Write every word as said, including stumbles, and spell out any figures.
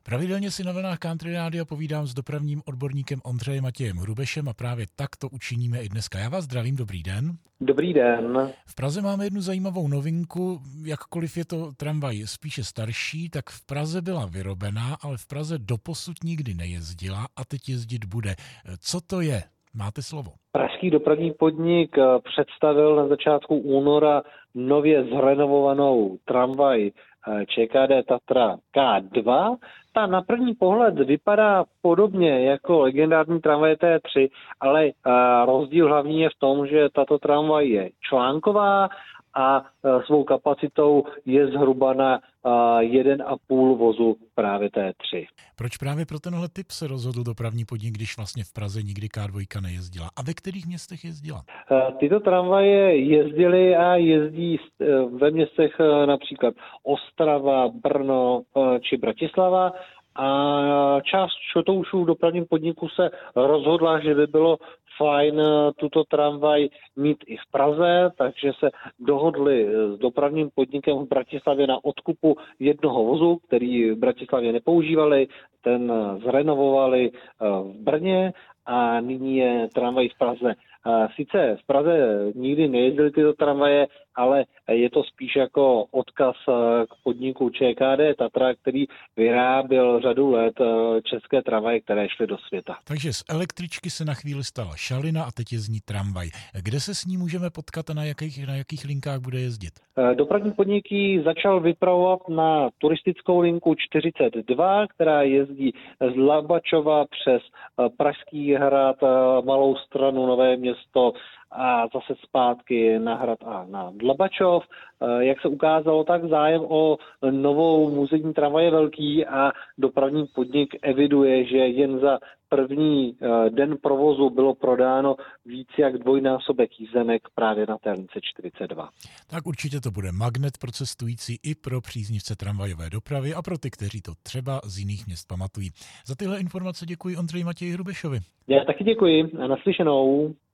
Pravidelně si na vlnách Country Rádia povídám s dopravním odborníkem Ondřejem Matějem Hrubešem a právě tak to učiníme i dneska. Já vás zdravím, dobrý den. Dobrý den. V Praze máme jednu zajímavou novinku, jakkoliv je to tramvaj spíše starší, tak v Praze byla vyrobená, ale v Praze doposud nikdy nejezdila a teď jezdit bude. Co to je? Máte slovo. Pražský dopravní podnik představil na začátku února nově zrenovovanou tramvaj ČKD Tatra K dva. Ta na první pohled vypadá podobně jako legendární tramvaj T tři, ale rozdíl hlavní je v tom, že tato tramvaj je článková a svou kapacitou je zhruba na jeden a půl vozu právě T tři. Proč právě pro tenhle typ se rozhodl dopravní podnik, když vlastně v Praze nikdy K dva nejezdila? A ve kterých městech jezdila? Tyto tramvaje jezdily a jezdí ve městech například Ostrava, Brno či Bratislava. A část šotoušů v dopravním podniku se rozhodla, že by bylo fajn tuto tramvaj mít i v Praze, takže se dohodli s dopravním podnikem v Bratislavě na odkupu jednoho vozu, který v Bratislavě nepoužívali, ten zrenovovali v Brně a nyní je tramvaj v Praze. Sice v Praze nikdy nejezdily tyto tramvaje, ale je to spíš jako odkaz k podniku ČKD Tatra, který vyráběl řadu let české tramvaje, které šly do světa. Takže z električky se na chvíli stala šalina a teď jezdí tramvaj. Kde se s ní můžeme potkat a na jakých, na jakých linkách bude jezdit? Dopravní podnik ji začal vypravovat na turistickou linku čtyřicet dva, která jezdí z Labačova přes Pražský hrad, Malou Stranu, Nové Město a zase zpátky na hrad a na Dlabačov. Jak se ukázalo, tak zájem o novou muzejní tramvaj je velký a dopravní podnik eviduje, že jen za první den provozu bylo prodáno víc jak dvojnásobek jízdenek právě na té lince čtyřicet dva. Tak určitě to bude magnet pro cestující i pro příznivce tramvajové dopravy a pro ty, kteří to třeba z jiných měst pamatují. Za tyhle informace děkuji Ondřeji Matěji Hrubešovi. Já taky děkuji a naslyšenou.